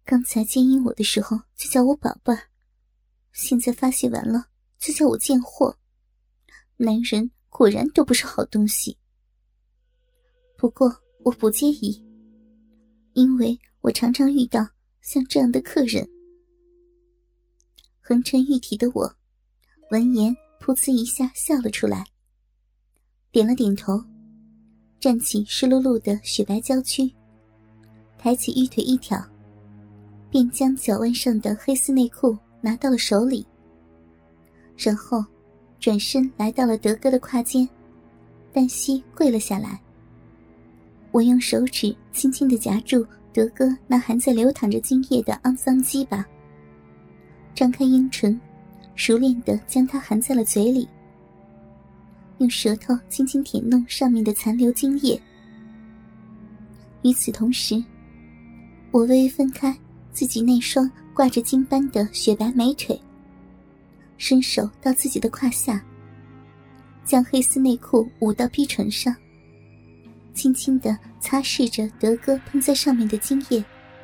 刚才奸淫我的时候就叫我宝贝儿，现在发泄完了就叫我贱货，男人果然都不是好东西。不过我不介意，因为我常常遇到像这样的客人。横陈玉体的我闻言噗呲一下笑了出来，点了点头，站起湿漉漉的雪白娇躯，抬起玉腿一挑，便将脚腕上的黑丝内裤拿到了手里，然后转身来到了德哥的胯间，单膝跪了下来。我用手指轻轻地夹住德哥那还在流淌着精液的肮脏鸡巴，张开阴唇，熟练地将它含在了嘴里，用舌头轻轻舔弄上面的残留精液。与此同时，我微微分开自己那双挂着金斑的雪白美腿，伸手到自己的胯下，将黑丝内裤捂到逼唇上，轻轻地擦拭着德哥喷在上面的精液。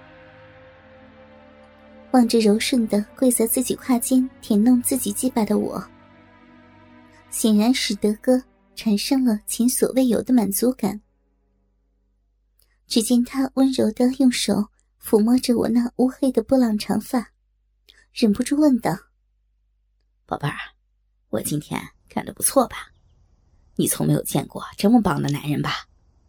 望着柔顺地跪在自己胯间舔弄自己鸡巴的我，显然使德哥产生了前所未有的满足感。只见他温柔地用手抚摸着我那乌黑的波浪长发，忍不住问道： 宝贝儿，我今天干得不错吧？你从没有见过这么棒的男人吧？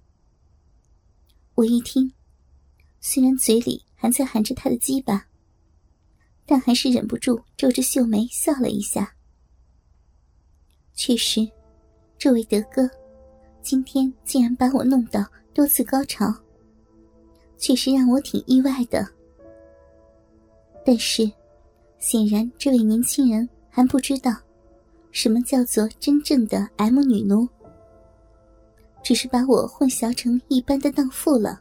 我一听，虽然嘴里还在含着他的鸡巴，但还是忍不住皱着秀眉笑了一下。确实，这位德哥今天竟然把我弄到多次高潮，确实让我挺意外的。但是显然这位年轻人还不知道什么叫做真正的 M 女奴，只是把我混淆成一般的荡妇了。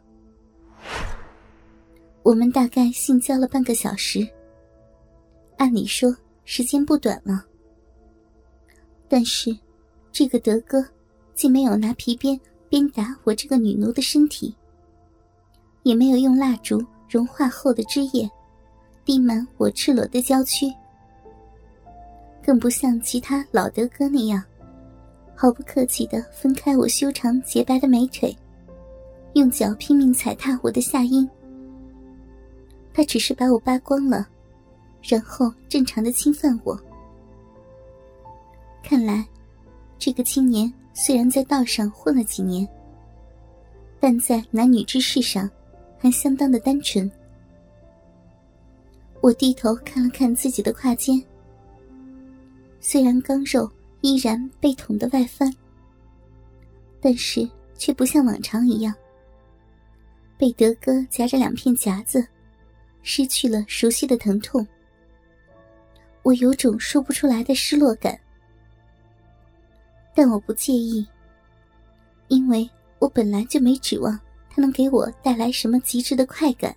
我们大概性交了半个小时，按理说时间不短了，但是这个德哥既没有拿皮鞭鞭打我这个女奴的身体，也没有用蜡烛融化后的汁液滴满我赤裸的娇躯，更不像其他老德哥那样毫不客气地分开我修长洁白的美腿，用脚拼命踩踏我的下阴。他只是把我扒光了，然后正常地侵犯我。看来这个青年虽然在道上混了几年，但在男女之事上还相当的单纯。我低头看了看自己的胯间，虽然刚肉依然被捅得外翻，但是却不像往常一样被德哥夹着两片夹子，失去了熟悉的疼痛。我有种说不出来的失落感，但我不介意，因为我本来就没指望他能给我带来什么极致的快感。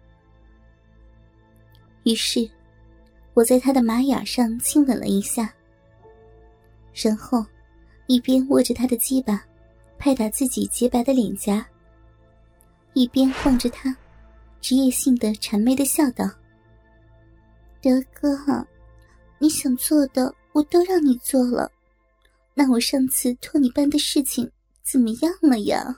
于是我在他的马眼上亲吻了一下，然后一边握着他的鸡巴拍打自己洁白的脸颊，一边望着他职业性的谄媚地笑道：德哥，你想做的我都让你做了，那我上次托你办的事情怎么样了呀？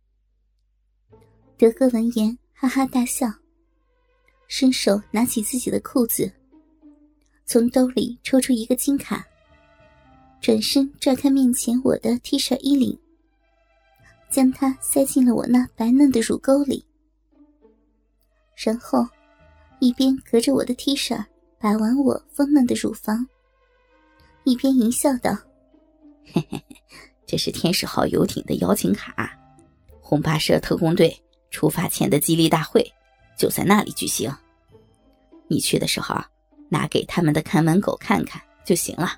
德哥闻言哈哈大笑，伸手拿起自己的裤子，从兜里抽出一个金卡，转身拽开面前我的 T 恤衣领，将它塞进了我那白嫩的乳沟里，然后一边隔着我的 T 恤把玩我丰嫩的乳房，一边淫笑道： 嘿嘿嘿，这是天使号游艇的邀请卡，红八社特工队出发前的激励大会就在那里举行，你去的时候拿给他们的看门狗看看就行了。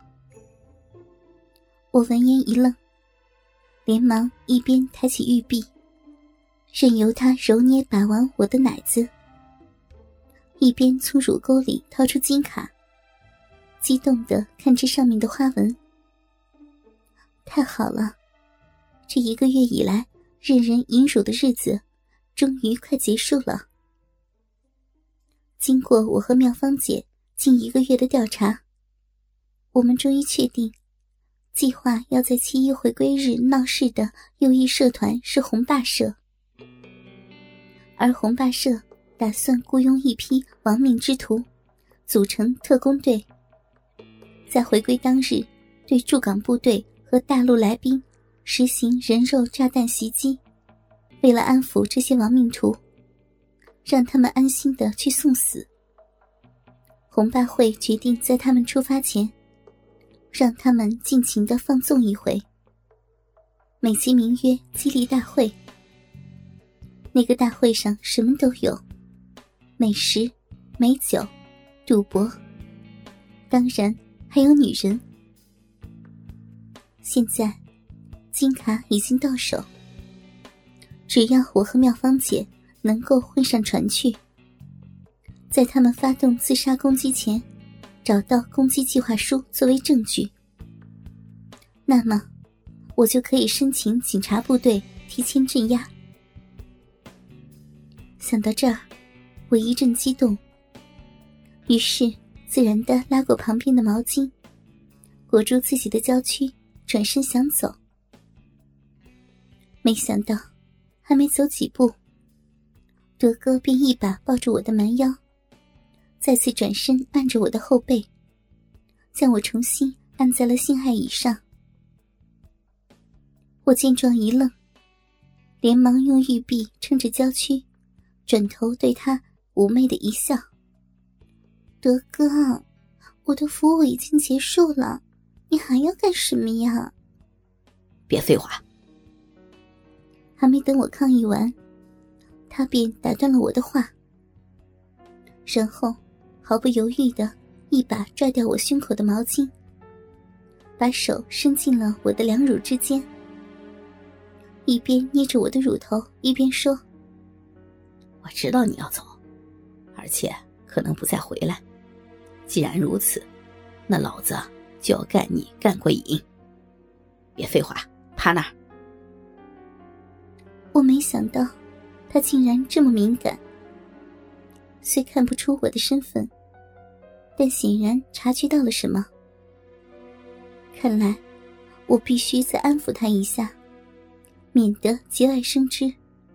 我闻言一愣，连忙一边抬起玉臂，任由他揉捏把玩我的奶子，一边从乳沟里掏出金卡，激动地看着上面的花纹。太好了，这1个月以来任人淫辱的日子终于快结束了。 经过我和妙芳姐近1个月的调查，我们终于确定，计划要在7一回归日闹事的右翼社团是红霸社，而红霸社打算雇佣一批亡命之徒，组成特工队，在回归当日对驻港部队和大陆来宾实行人肉炸弹袭击。为了安抚这些亡命徒，让他们安心地去送死，红霸会决定在他们出发前让他们尽情地放纵一回，美其名曰激励大会。那个大会上什么都有，美食、美酒、赌博，当然还有女人。现在金卡已经到手，只要我和妙芳姐能够混上船去，在他们发动自杀攻击前找到攻击计划书作为证据，那么我就可以申请警察部队提前镇压。想到这儿，我一阵激动，于是自然地拉过旁边的毛巾，裹住自己的娇躯，转身想走。没想到还没走几步，德哥便一把抱住我的蛮腰，再次转身按着我的后背，将我重新按在了性爱椅上。我见状一愣，连忙用玉臂撑着娇躯，转头对他妩媚的一笑：德哥，我的服务已经结束了，你还要干什么呀？ 别废话。 还没等我抗议完，他便打断了我的话，然后毫不犹豫地一把拽掉我胸口的毛巾，把手伸进了我的两乳之间，一边捏着我的乳头，一边说： 我知道你要走，而且可能不再回来，既然如此，那老子就要干你干过瘾。别废话，趴那儿。 我没想到他竟然这么敏感，虽看不出我的身份，但显然察觉到了什么。看来我必须再安抚他一下，免得节外生枝。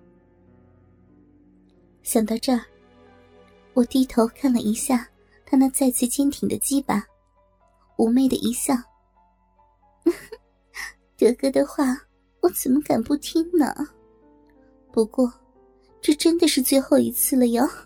想到这儿，我低头看了一下他那再次坚挺的鸡巴，妩媚的一笑：德哥的话我怎么敢不听呢？不过这真的是最后一次了哟。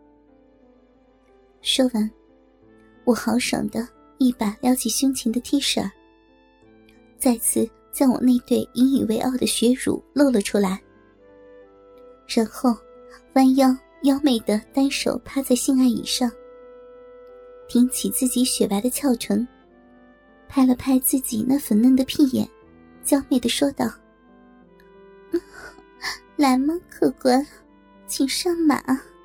说完，我豪爽地一把撩起胸前的 T 恤，再次将我那对引以为傲的血乳露了出来，然后弯腰妖媚地单手趴在性爱椅上，挺起自己雪白的翘唇，拍了拍自己那粉嫩的屁眼，娇媚地说道：来吗，客官，请上马。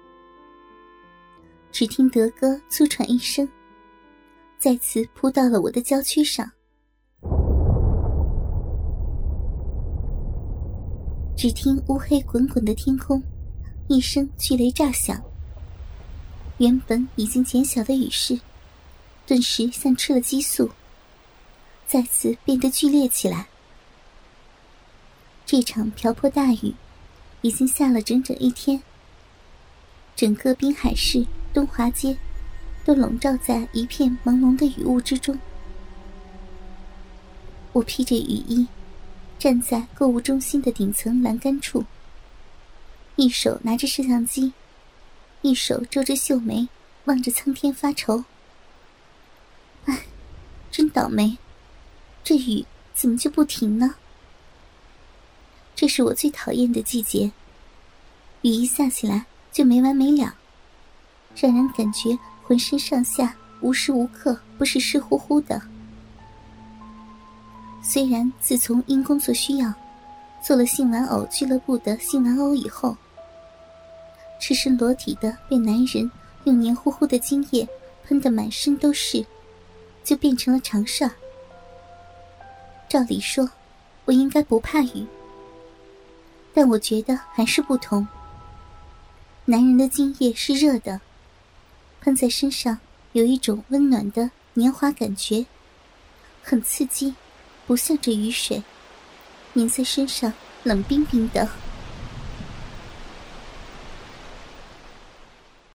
只听德哥粗喘一声，再次扑到了我的娇躯上。只听乌黑滚滚的天空一声巨雷炸响，原本已经减小的雨势顿时像吃了激素，再次变得剧烈起来。这场瓢泼大雨已经下了整整1天，整个滨海市东华街都笼罩在一片朦胧的雨雾之中。我披着雨衣站在购物中心的顶层栏杆处，一手拿着摄像机，一手皱着秀眉，望着苍天发愁。唉，真倒霉，这雨怎么就不停呢？这是我最讨厌的季节，雨一下起来就没完没了，让人感觉浑身上下无时无刻不是湿乎乎的。虽然自从因工作需要做了性玩偶俱乐部的性玩偶以后，赤身裸体的被男人用黏糊糊的精液喷得满身都是，就变成了常事儿。照理说我应该不怕雨，但我觉得还是不同。男人的精液是热的， 喷在身上有一种温暖的黏滑感觉，很刺激，不像这雨水，粘在身上冷冰冰的。